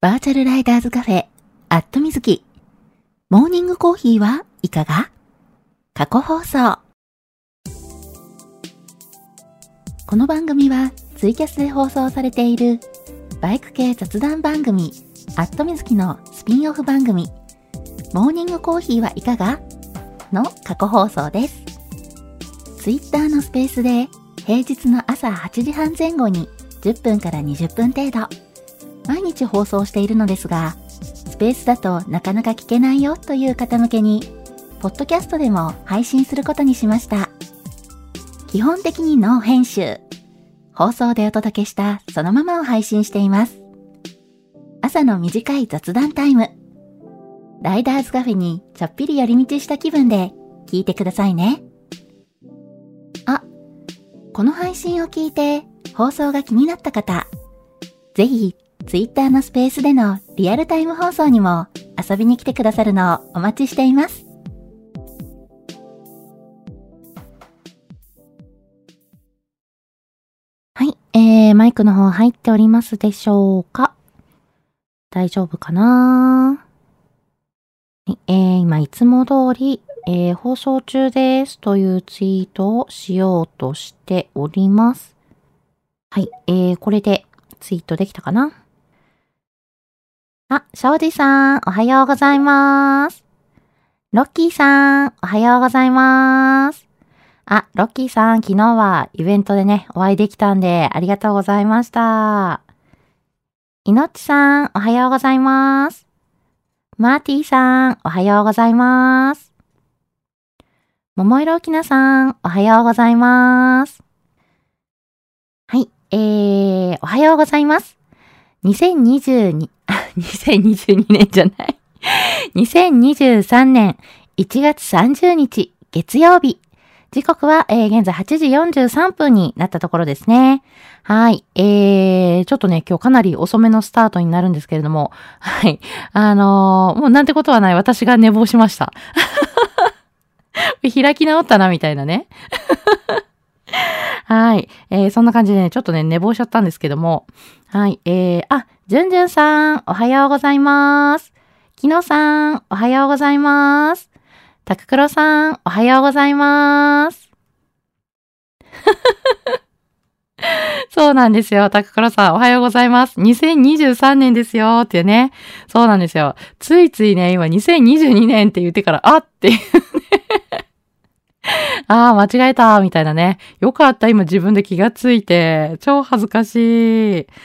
バーチャルライダーズカフェ、アットみずき。モーニングコーヒーはいかが？過去放送。この番組はツイキャスで放送されているバイク系雑談番組、アットみずきのスピンオフ番組、モーニングコーヒーはいかが？の過去放送です。ツイッターのスペースで平日の朝8時半前後に10分から20分程度、毎日放送しているのですが、スペースだとなかなか聞けないよという方向けに、ポッドキャストでも配信することにしました。基本的にノー編集。放送でお届けしたそのままを配信しています。朝の短い雑談タイム。ライダーズカフェにちょっぴり寄り道した気分で聞いてくださいね。あ、この配信を聞いて放送が気になった方、ぜひツイッターのスペースでのリアルタイム放送にも遊びに来てくださるのをお待ちしています。はい、マイクの方入っておりますでしょうか？大丈夫かな？はい、今いつも通り、放送中ですというツイートをしようとしております。はい、これでツイートできたかな？あ、庄司さん、おはようございます。ロッキーさん、おはようございます。あ、ロッキーさん、昨日はイベントでね、お会いできたんで、ありがとうございました。いのっちさん、おはようございます。マーティーさん、おはようございます。桃色きなさん、おはようございます。はい、おはようございます。2022年じゃない。2023年1月30日月曜日。時刻は、現在8時43分になったところですね。はい。ちょっとね、今日かなり遅めのスタートになるんですけれども、はい。もうなんてことはない。私が寝坊しました。開き直ったな、みたいなね。はい。そんな感じでね、ちょっとね、寝坊しちゃったんですけども。はい。じゅんじゅんさん、おはようございます。きのさん、おはようございます。たくくろさん、おはようございます。そうなんですよ。たくくろさん、おはようございます。2023年ですよってね。そうなんですよ。ついついね、今2022年って言ってから、あっていうね。ああ、間違えた、みたいなね。よかった、今自分で気がついて。超恥ずかしい。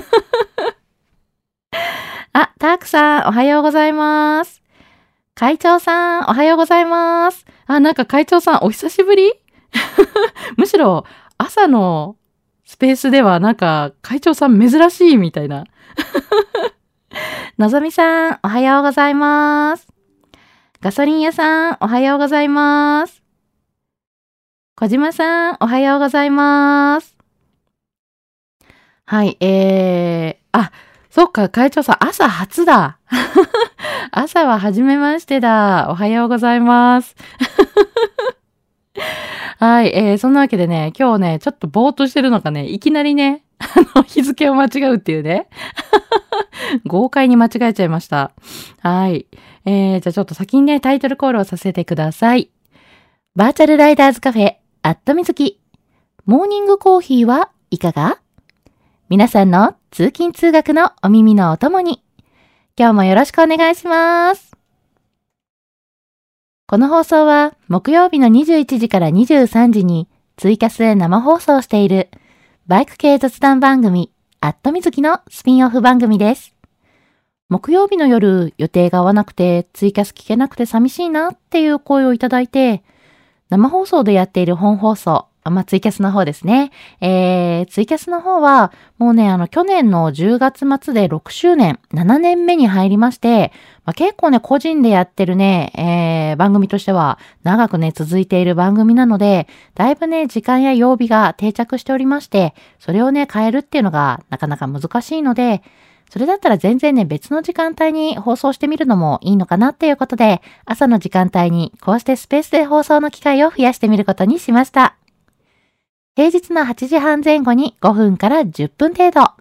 あ、たくさん、おはようございます。会長さん、おはようございます。あ、なんか会長さん、お久しぶりむしろ、朝のスペースでは、なんか、会長さん珍しいみたいな。のぞみさん、おはようございます。ガソリン屋さん、おはようございます。小島さん、おはようございます。はい、そっか、会長さん、朝初だ。朝は初めましてだ。おはようございます。はい、そんなわけでね、今日ね、ちょっとぼーっとしてるのかね、いきなりね、日付を間違うっていうね。豪快に間違えちゃいました。はい。じゃあちょっと先にね、タイトルコールをさせてください。バーチャルライダーズカフェ、アットみずき。モーニングコーヒーはいかが？皆さんの通勤通学のお耳のお供に、今日もよろしくお願いします。この放送は木曜日の21時から23時にツイキャスで生放送しているバイク系雑談番組アットみずきのスピンオフ番組です。木曜日の夜予定が合わなくてツイキャス聞けなくて寂しいなっていう声をいただいて、生放送でやっている本放送、ツイキャスの方ですね。ツイキャスの方は、もうね、去年の10月末で6周年、7年目に入りまして、結構ね、個人でやってるね、番組としては、長くね、続いている番組なので、だいぶね、時間や曜日が定着しておりまして、それをね、変えるっていうのが、なかなか難しいので、それだったら全然ね、別の時間帯に放送してみるのもいいのかなっていうことで、朝の時間帯にこうしてスペースで放送の機会を増やしてみることにしました。平日の8時半前後に5分から10分程度。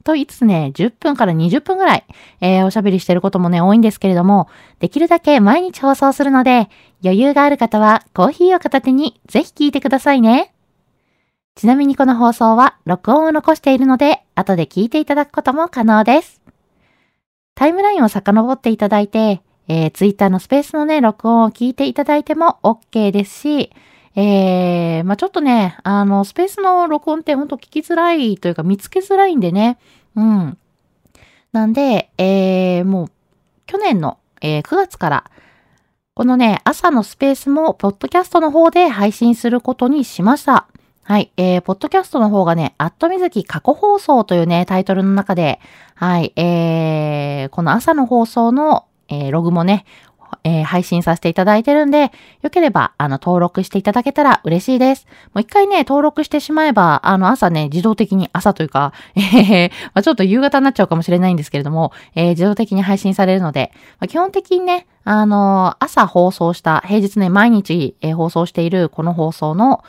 と言いつつね、10分から20分ぐらい、おしゃべりしてることもね、多いんですけれども、できるだけ毎日放送するので、余裕がある方はコーヒーを片手にぜひ聞いてくださいね。ちなみにこの放送は録音を残しているので、後で聞いていただくことも可能です。タイムラインを遡っていただいて、Twitter のスペースのね、録音を聞いていただいても OK ですし、ちょっとね、スペースの録音ってほんと聞きづらいというか見つけづらいんでね。なんで、もう、去年の、9月から、このね、朝のスペースも、ポッドキャストの方で配信することにしました。はい、ポッドキャストの方がね、みずき過去放送というね、タイトルの中で、はい、この朝の放送の、ログもね、配信させていただいてるんで、よければ、登録していただけたら嬉しいです。もう一回ね、登録してしまえば、朝ね、自動的に、朝というか、ちょっと夕方になっちゃうかもしれないんですけれども、自動的に配信されるので、基本的にね、朝放送した、平日ね、毎日、放送しているこの放送の、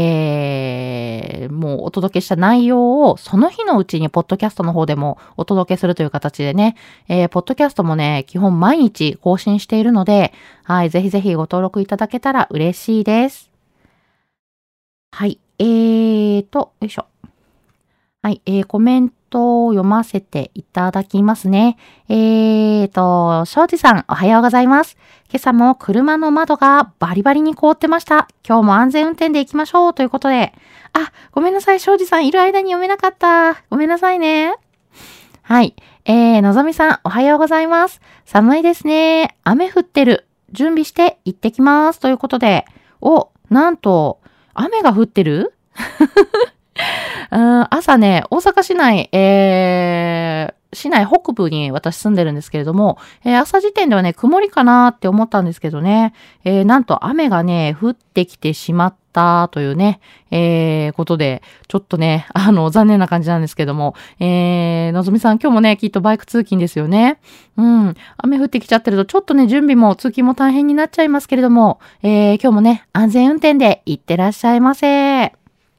もうお届けした内容をその日のうちにポッドキャストの方でもお届けするという形でね、ポッドキャストもね、基本毎日更新しているので、はい、ぜひぜひご登録いただけたら嬉しいです。はい、よいしょ。はい、コメントを読ませていただきますね。庄司さん、おはようございます。今朝も車の窓がバリバリに凍ってました。今日も安全運転で行きましょうということで。あ、ごめんなさい、庄司さん、いる間に読めなかった。ごめんなさいね。はい、のぞみさん、おはようございます。寒いですね。雨降ってる。準備して行ってきます。ということで。なんと、雨が降ってる朝ね、大阪市内、市内北部に私住んでるんですけれども、朝時点ではね、曇りかなって思ったんですけどね、なんと雨がね、降ってきてしまったというね、ことで、ちょっとね、残念な感じなんですけども、のぞみさん今日もね、きっとバイク通勤ですよね。雨降ってきちゃってると、ちょっとね、準備も通勤も大変になっちゃいますけれども、今日もね、安全運転で行ってらっしゃいませ。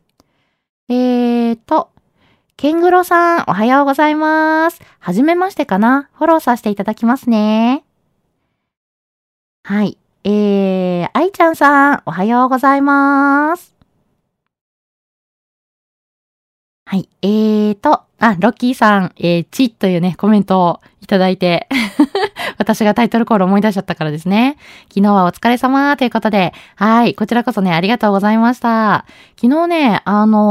ケングロさん、おはようございます。はじめましてかな？フォローさせていただきますね。はい。愛ちゃんさん、おはようございます。はい。ロッキーさん、チというね、コメントをいただいて、私がタイトルコール思い出しちゃったからですね。昨日はお疲れ様ということで、はい。こちらこそね、ありがとうございました。昨日ね、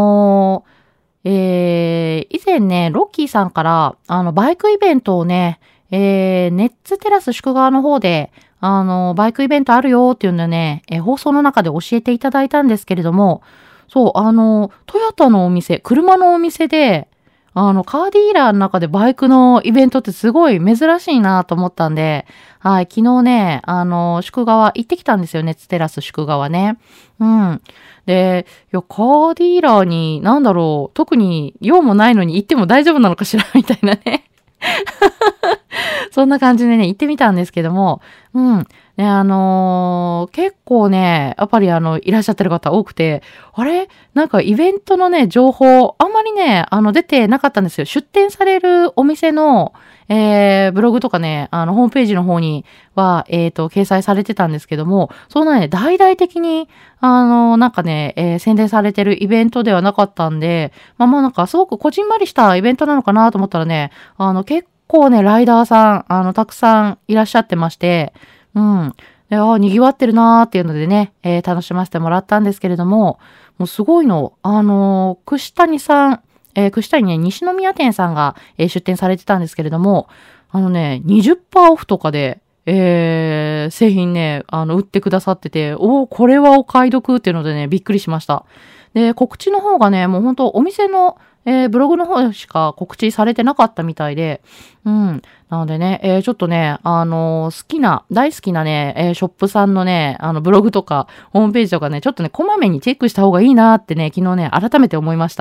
以前ね、ロッキーさんから、バイクイベントをね、ネッツテラス宿川の方で、バイクイベントあるよっていうのね、放送の中で教えていただいたんですけれども、そう、トヨタのお店、車のお店で、カーディーラーの中でバイクのイベントってすごい珍しいなと思ったんで、はい、昨日ね、宿川行ってきたんですよね、ネッツテラス宿川ね。で、いや、カーディーラーに、特に用もないのに行っても大丈夫なのかしらみたいなね。そんな感じでね、行ってみたんですけども、ね、結構ね、やっぱりいらっしゃってる方多くて、あれなんかイベントのね、情報、あんまりね、出てなかったんですよ。出店されるお店の、ブログとかね、ホームページの方には、掲載されてたんですけども、そんなね、大々的に、なんかね、宣伝されてるイベントではなかったんで、まあなんかすごくこじんまりしたイベントなのかなと思ったらね、結構ね、ライダーさん、たくさんいらっしゃってまして、で、賑わってるなーっていうのでね、楽しませてもらったんですけれども、もうすごいの、串谷さん、串谷ね、西宮店さんが、出店されてたんですけれども、20%オフとかで、製品ね、売ってくださってて、これはお買い得っていうのでね、びっくりしました。で、告知の方がね、もう本当お店の、ブログの方しか告知されてなかったみたいで、なのでね、ちょっとね、大好きなね、ショップさんのね、ブログとか、ホームページとかね、ちょっとね、こまめにチェックした方がいいなってね、昨日ね、改めて思いました。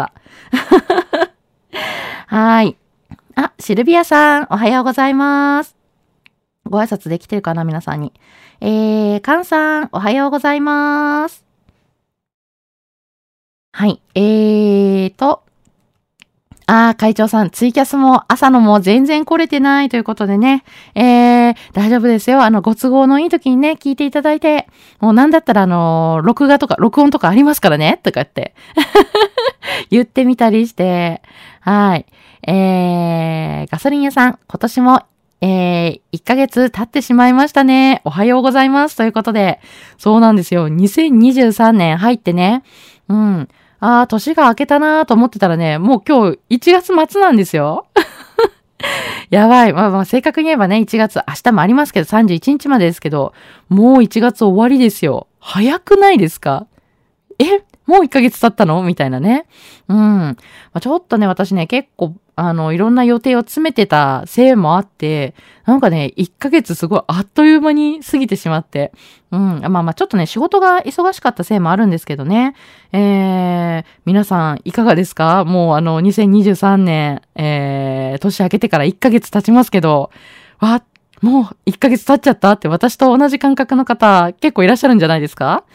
はい。シルビアさん、おはようございます。ご挨拶できてるかな、皆さんに。カンさん、おはようございます。はい。 会長さん、ツイキャスも朝のも全然来れてないということでね。大丈夫ですよ。ご都合のいい時にね、聞いていただいて、もうなんだったら録音とかありますからね、とかって言ってみたりして、はい。ガソリン屋さん、今年も1ヶ月経ってしまいましたね。おはようございます。ということで、そうなんですよ。2023年入ってね、年が明けたなと思ってたらね、もう今日1月末なんですよ。やばい。まあ正確に言えばね、1月、明日もありますけど、31日までですけど、もう1月終わりですよ。早くないですか？もう1ヶ月経ったのみたいなね。ちょっとね、私ね、結構、いろんな予定を詰めてたせいもあって、なんかね、1ヶ月すごいあっという間に過ぎてしまって、ちょっとね、仕事が忙しかったせいもあるんですけどね。皆さんいかがですか？もう2023年、年明けてから1ヶ月経ちますけど、もう1ヶ月経っちゃったって私と同じ感覚の方結構いらっしゃるんじゃないですか？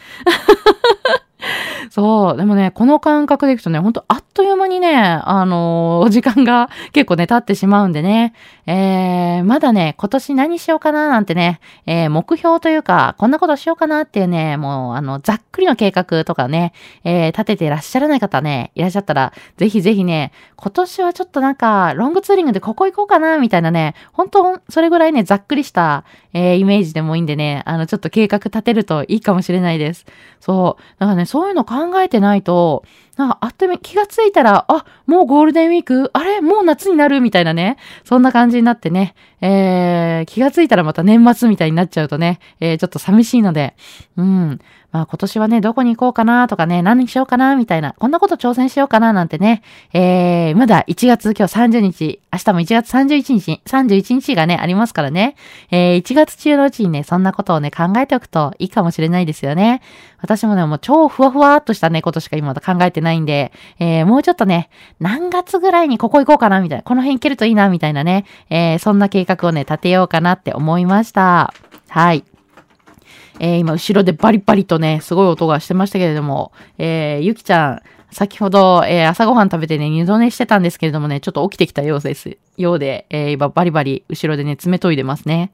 そう。でもね、この感覚でいくとね、ほんとあっという間にね、時間が結構ね、経ってしまうんでね、まだね、今年何しようかななんてね、目標というか、こんなことしようかなっていうね、もう、ざっくりの計画とかね、立てていらっしゃらない方ね、いらっしゃったら、ぜひぜひね、今年はちょっとなんか、ロングツーリングでここ行こうかな、みたいなね、本当それぐらいね、ざっくりした、イメージでもいいんでね、ちょっと計画立てるといいかもしれないです。そう。だからね、そういうの考えてないと、なんかあっという間に気がついたら、もうゴールデンウィークもう夏になるみたいなね。そんな感じになってね。気がついたらまた年末みたいになっちゃうとね、ちょっと寂しいので、今年はね、どこに行こうかなとかね、何しようかなみたいな、こんなこと挑戦しようかななんてね、まだ1月今日30日、明日も1月31日がね、ありますからね、1月中のうちにね、そんなことをね、考えておくといいかもしれないですよね。私もね、もう超ふわふわっとしたね、ことしか今まだ考えてないんで、もうちょっとね、何月ぐらいにここ行こうかなみたいな、この辺行けるといいなみたいなね、そんな計画をね、立てようかなって思いました。はい。今、後ろでバリバリとね、すごい音がしてましたけれども、ゆきちゃん、先ほど、朝ごはん食べてね、二度寝してたんですけれどもね、ちょっと起きてきたようで、今、バリバリ、後ろでね、爪研いでますね。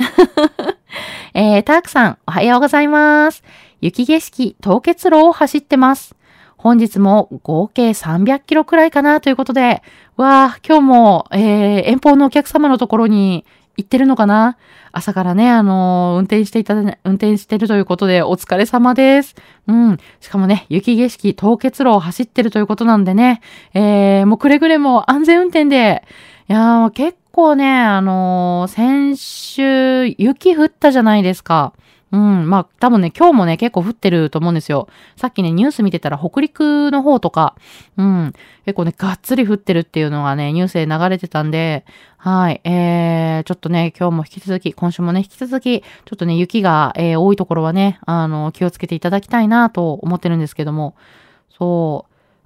タークさん、おはようございます。雪景色、凍結路を走ってます。本日も合計300キロくらいかなということで、今日も、遠方のお客様のところに行ってるのかな？朝からね、運転してるということで、お疲れ様です。しかもね、雪景色、凍結路を走ってるということなんでね、もうくれぐれも安全運転で、結構ね、先週、雪降ったじゃないですか。多分ね、今日もね、結構降ってると思うんですよ。さっきね、ニュース見てたら、北陸の方とか、結構ね、がっつり降ってるっていうのがね、ニュースで流れてたんで、はい、ちょっとね、今週もね、引き続き、ちょっとね、雪が、多いところはね、気をつけていただきたいなと思ってるんですけども、そう、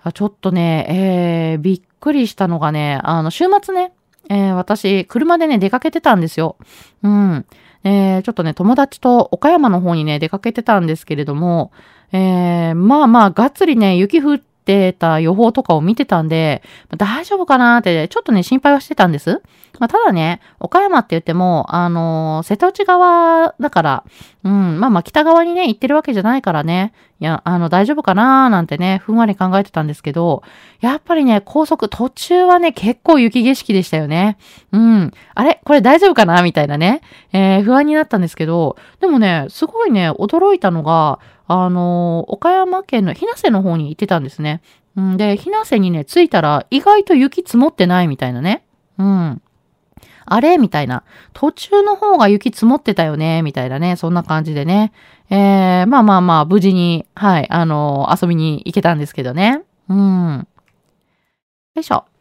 ちょっとね、びっくりしたのがね、週末ね、私、車でね、出かけてたんですよ。ちょっとね、友達と岡山の方にね、出かけてたんですけれども、がっつりね、雪降ってた予報とかを見てたんで、大丈夫かなって、ちょっとね、心配はしてたんです。ただね、岡山って言っても、瀬戸内側だから、北側にね、行ってるわけじゃないからね、大丈夫かななんてね、ふんわり考えてたんですけど、やっぱりね、高速途中はね、結構雪景色でしたよね。これ大丈夫かなみたいなね、不安になったんですけど、でもね、すごいね、驚いたのが、岡山県の日生の方に行ってたんですね。で、日生にね、着いたら意外と雪積もってないみたいなね。あれみたいな。途中の方が雪積もってたよねみたいなね。そんな感じでね。無事に、はい、遊びに行けたんですけどね。よいしょ。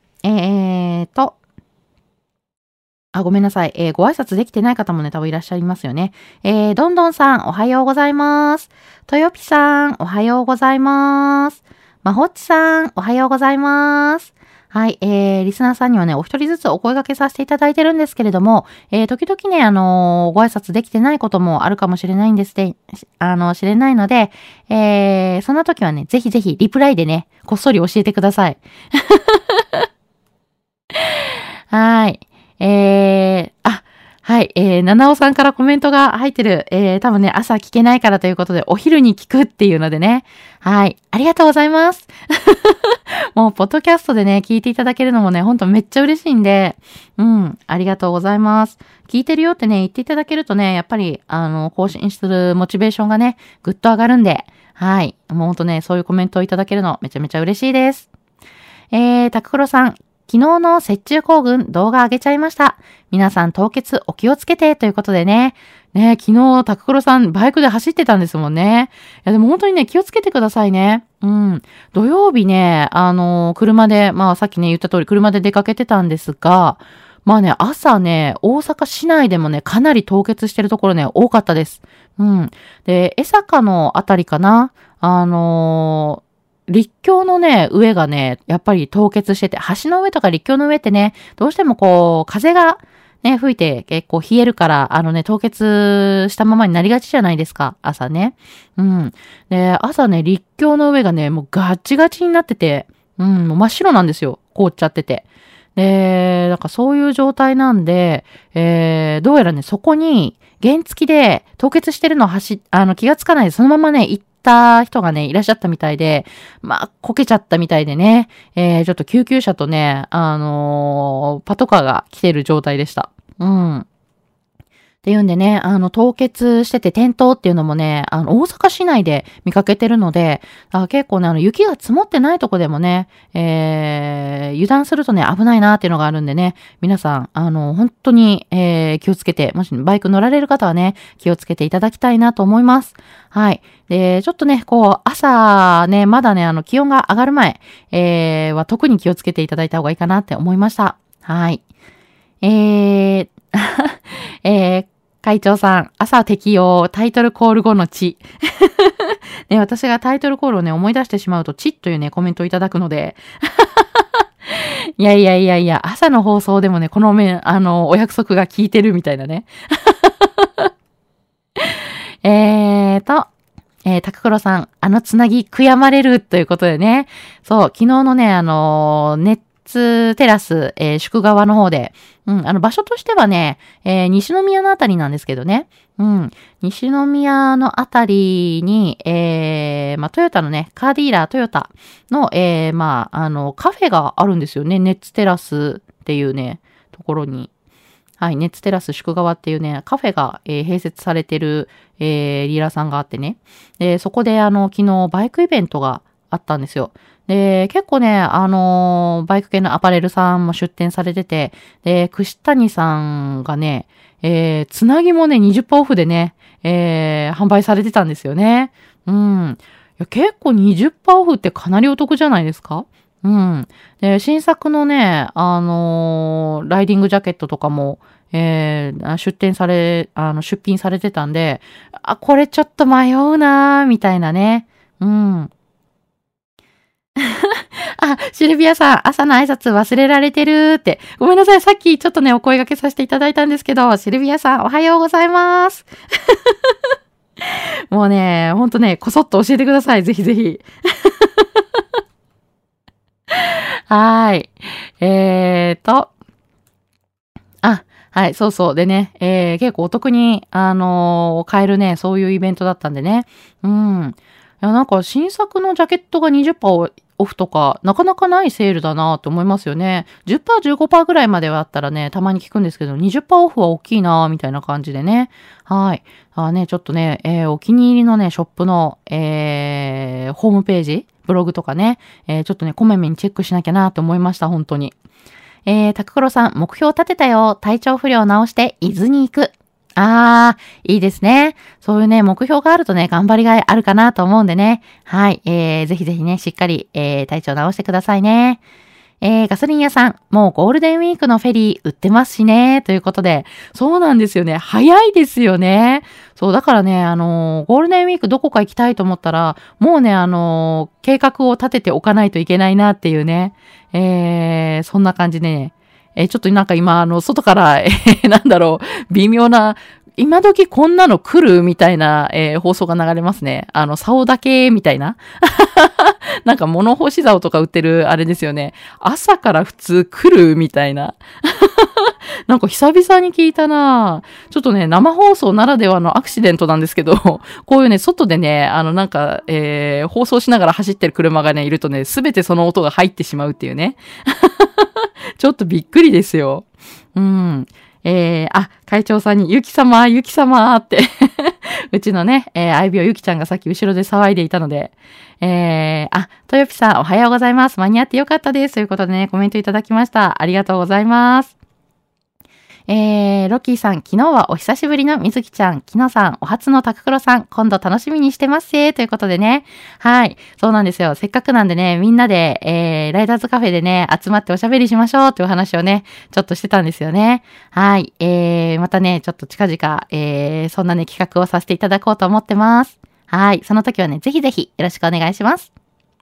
ごめんなさい。ご挨拶できてない方もね、多分いらっしゃいますよね。どんどんさん、おはようございます。とよぴさん、おはようございます。まほっちさん、おはようございます。はい、リスナーさんにはね、お一人ずつお声掛けさせていただいてるんですけれども、時々ね、ご挨拶できてないこともあるかもしれないんですで、知れないので、そんな時はね、ぜひぜひリプライでね、こっそり教えてください。 はい。はい。七尾さんからコメントが入ってる。多分ね、朝聞けないからということで、お昼に聞くっていうのでね。はい。ありがとうございます。もう、ポッドキャストでね、聞いていただけるのもね、ほんとめっちゃ嬉しいんで、ありがとうございます。聞いてるよってね、言っていただけるとね、やっぱり、更新するモチベーションがね、ぐっと上がるんで、はい。もうほんとね、そういうコメントをいただけるの、めちゃめちゃ嬉しいです。タククロさん、昨日の雪中行軍動画上げちゃいました。皆さん凍結お気をつけてということでね。ね、昨日タククロさんバイクで走ってたんですもんね。いやでも本当にね、気をつけてくださいね。土曜日ね、車で、さっきね言った通り車で出かけてたんですが、朝ね、大阪市内でもね、かなり凍結してるところね、多かったです。で、江坂のあたりかな。陸橋のね、上がね、やっぱり凍結してて、橋の上とか陸橋の上ってね、どうしてもこう、風がね、吹いて結構冷えるから、凍結したままになりがちじゃないですか、朝ね。で、朝ね、陸橋の上がね、もうガチガチになってて、もう真っ白なんですよ。凍っちゃってて。で、なんかそういう状態なんで、どうやらね、そこに原付で凍結してるの気がつかないで、そのままね、行った人がね、いらっしゃったみたいで、こけちゃったみたいでね、ちょっと救急車とね、パトカーが来てる状態でした。っていうんでね、凍結してて転倒っていうのもね、大阪市内で見かけてるので、結構ね、雪が積もってないとこでもね、油断するとね、危ないなっていうのがあるんでね、皆さん、本当に、気をつけて、もしバイク乗られる方はね、気をつけていただきたいなと思います。はい。で、ちょっとね、こう、朝ね、まだね、気温が上がる前、は特に気をつけていただいた方がいいかなって思いました。はい。会長さん、朝適用、タイトルコール後の地。ね、私がタイトルコールをね、思い出してしまうと、チというね、コメントをいただくので。いや、朝の放送でもね、このお約束が効いてるみたいなね。タククロさん、つなぎ悔やまれるということでね。そう、昨日のね、ネッツテラス、宿川の方で、場所としてはね、西宮のあたりなんですけどね。西宮のあたりに、トヨタのね、カーディーラートヨタの、カフェがあるんですよね。ネッツテラスっていうね、ところに。はい、ネッツテラス宿川っていうね、カフェが、併設されてる、ディーラーさんがあってね。で、そこで昨日バイクイベントがあったんですよ。で、結構ね、バイク系のアパレルさんも出店されてて、で、串谷さんがね、つなぎもね、20%オフでね、販売されてたんですよね。いや結構20%オフってかなりお得じゃないですか？で、新作のね、ライディングジャケットとかも、出品されてたんで、これちょっと迷うなー、みたいなね。シルビアさん、朝の挨拶忘れられてるって。ごめんなさい。さっきちょっとね、お声掛けさせていただいたんですけど、シルビアさん、おはようございます。もうね、ほんとね、こそっと教えてください。ぜひぜひ。はい。はい、そうそう。でね、結構お得に、買えるね、そういうイベントだったんでね。いや、なんか新作のジャケットが20%オフとか、なかなかないセールだなと思いますよね。10%、15%ぐらいまではあったらね、たまに聞くんですけど、20%オフは大きいなみたいな感じでね。はい。ちょっとね、お気に入りのね、ショップの、ホームページ、ブログとかね、ちょっとね、こまめにチェックしなきゃなと思いました、本当に。タククロさん、目標立てたよ。体調不良直して、伊豆に行く。いいですね。そういうね、目標があるとね、頑張りがいあるかなと思うんでね。はい。ぜひぜひね、しっかり、体調直してくださいね。ガソリン屋さん、もうゴールデンウィークのフェリー売ってますしね。ということで、そうなんですよね。早いですよね。そう、だからね、ゴールデンウィークどこか行きたいと思ったら、もうね、計画を立てておかないといけないなっていうね。そんな感じでね。ちょっとなんか今、外から、微妙な今時こんなの来るみたいな、放送が流れますね。竿だけみたいな。なんか物干し竿とか売ってるあれですよね。朝から普通来るみたいな。なんか久々に聞いたな。ちょっとね、生放送ならではのアクシデントなんですけど、こういうね、外でね、なんか、放送しながら走ってる車がね、いるとね、すべてその音が入ってしまうっていうね。ちょっとびっくりですよ。うん。会長さんに、ゆき様って、うちのね、愛病ゆきちゃんがさっき後ろで騒いでいたので、とよぴさん、おはようございます。間に合ってよかったです。ということでね、コメントいただきました。ありがとうございます。ロッキーさん、昨日はお久しぶりのみずきちゃん、きのさん、お初のたくくろさん、今度楽しみにしてますということでね。はい。そうなんですよ。せっかくなんでね、みんなで、ライダーズカフェでね、集まっておしゃべりしましょうという話をね、ちょっとしてたんですよね。はい。またね、ちょっと近々、そんなね、企画をさせていただこうと思ってます。はい。その時はね、ぜひぜひよろしくお願いします。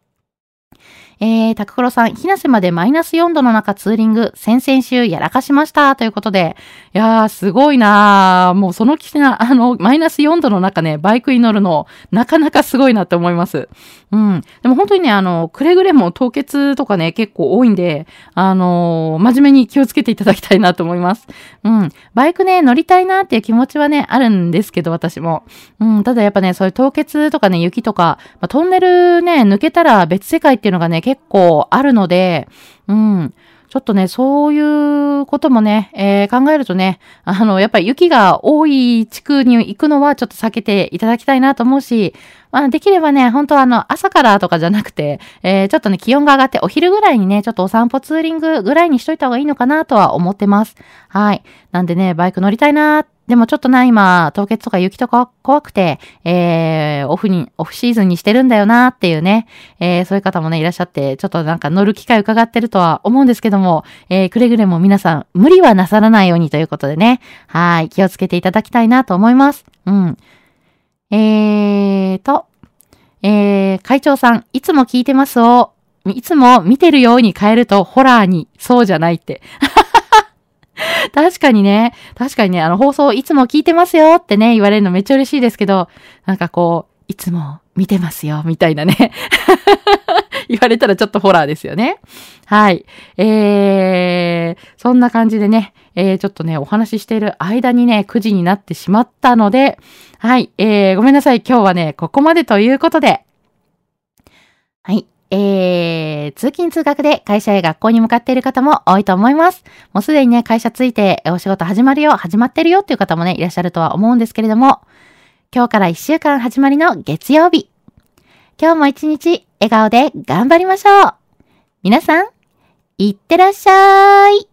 タククロさん、日生までマイナス4度の中ツーリング、先々週やらかしました。ということで、いやー、すごいなー。もうその気な、マイナス4度の中ね、バイクに乗るの、なかなかすごいなって思います。うん。でも本当にね、くれぐれも凍結とかね、結構多いんで、真面目に気をつけていただきたいなと思います。うん。バイクね、乗りたいなっていう気持ちはね、あるんですけど、私も。うん。ただやっぱね、そういう凍結とかね、雪とか、トンネルね、抜けたら別世界っていうのがね、結構あるので、うん。ちょっとね、そういうこともね、考えるとね、やっぱり雪が多い地区に行くのはちょっと避けていただきたいなと思うし、できればね、本当朝からとかじゃなくて、ちょっとね、気温が上がってお昼ぐらいにね、ちょっとお散歩ツーリングぐらいにしといた方がいいのかなとは思ってます。はい。なんでね、バイク乗りたいな。でもちょっとな、今、凍結とか雪とか怖くて、オフシーズンにしてるんだよなっていうね、そういう方もね、いらっしゃって、ちょっとなんか乗る機会伺ってるとは思うんですけども、くれぐれも皆さん、無理はなさらないようにということでね、はい、気をつけていただきたいなと思います。うん。会長さん、いつも聞いてますを、いつも見てるように変えるとホラーに、そうじゃないって。確かにね、放送いつも聞いてますよってね、言われるのめっちゃ嬉しいですけど、なんかこう、いつも見てますよ、みたいなね。言われたらちょっとホラーですよね。はい。そんな感じでね、ちょっとね、お話ししている間にね、9時になってしまったので、はい。ごめんなさい。今日はね、ここまでということで、はい。通勤通学で会社や学校に向かっている方も多いと思います。もうすでにね、会社ついてお仕事始まってるよっていう方もね、いらっしゃるとは思うんですけれども、今日から1週間始まりの月曜日。今日も一日笑顔で頑張りましょう。皆さん、いってらっしゃい。